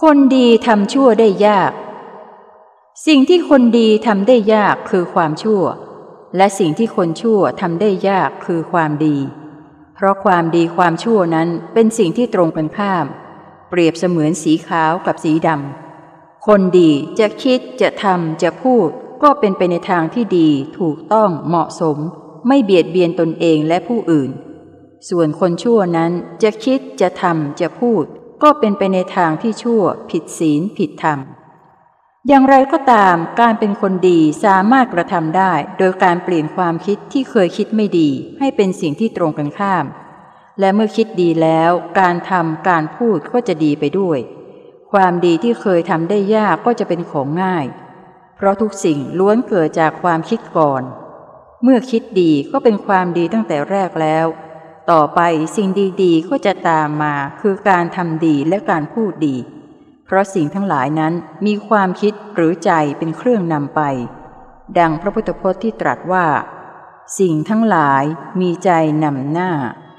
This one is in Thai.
คนดีทำชั่วได้ยากสิ่งที่คนดีทำได้ยากคือความชั่วและสิ่งที่คนชั่วทำได้ยากคือความดีเพราะความดีความชั่วนั้นเป็นสิ่งที่ตรงกันข้ามเปรียบเสมือนสีขาวกับสีดำคนดีจะคิดจะทำจะพูดก็เป็นไปในทางที่ดีถูกต้องเหมาะสมไม่เบียดเบียนตนเองและผู้อื่นส่วนคนชั่วนั้นจะคิดจะทำจะพูดก็เป็นไปในทางที่ชั่วผิดศีลผิดธรรมอย่างไรก็ตามการเป็นคนดีสามารถกระทำได้โดยการเปลี่ยนความคิดที่เคยคิดไม่ดีให้เป็นสิ่งที่ตรงกันข้ามและเมื่อคิดดีแล้วการทำการพูดก็จะดีไปด้วยความดีที่เคยทำได้ยากก็จะเป็นของง่ายเพราะทุกสิ่งล้วนเกิดจากความคิดก่อนเมื่อคิดดีก็เป็นความดีตั้งแต่แรกแล้วต่อไปสิ่งดีๆก็จะตามมาคือการทำดีและการพูดดีเพราะสิ่งทั้งหลายนั้นมีความคิดหรือใจเป็นเครื่องนำไปดังพระพุทธพจน์ที่ตรัสว่าสิ่งทั้งหลายมีใจนำหน้า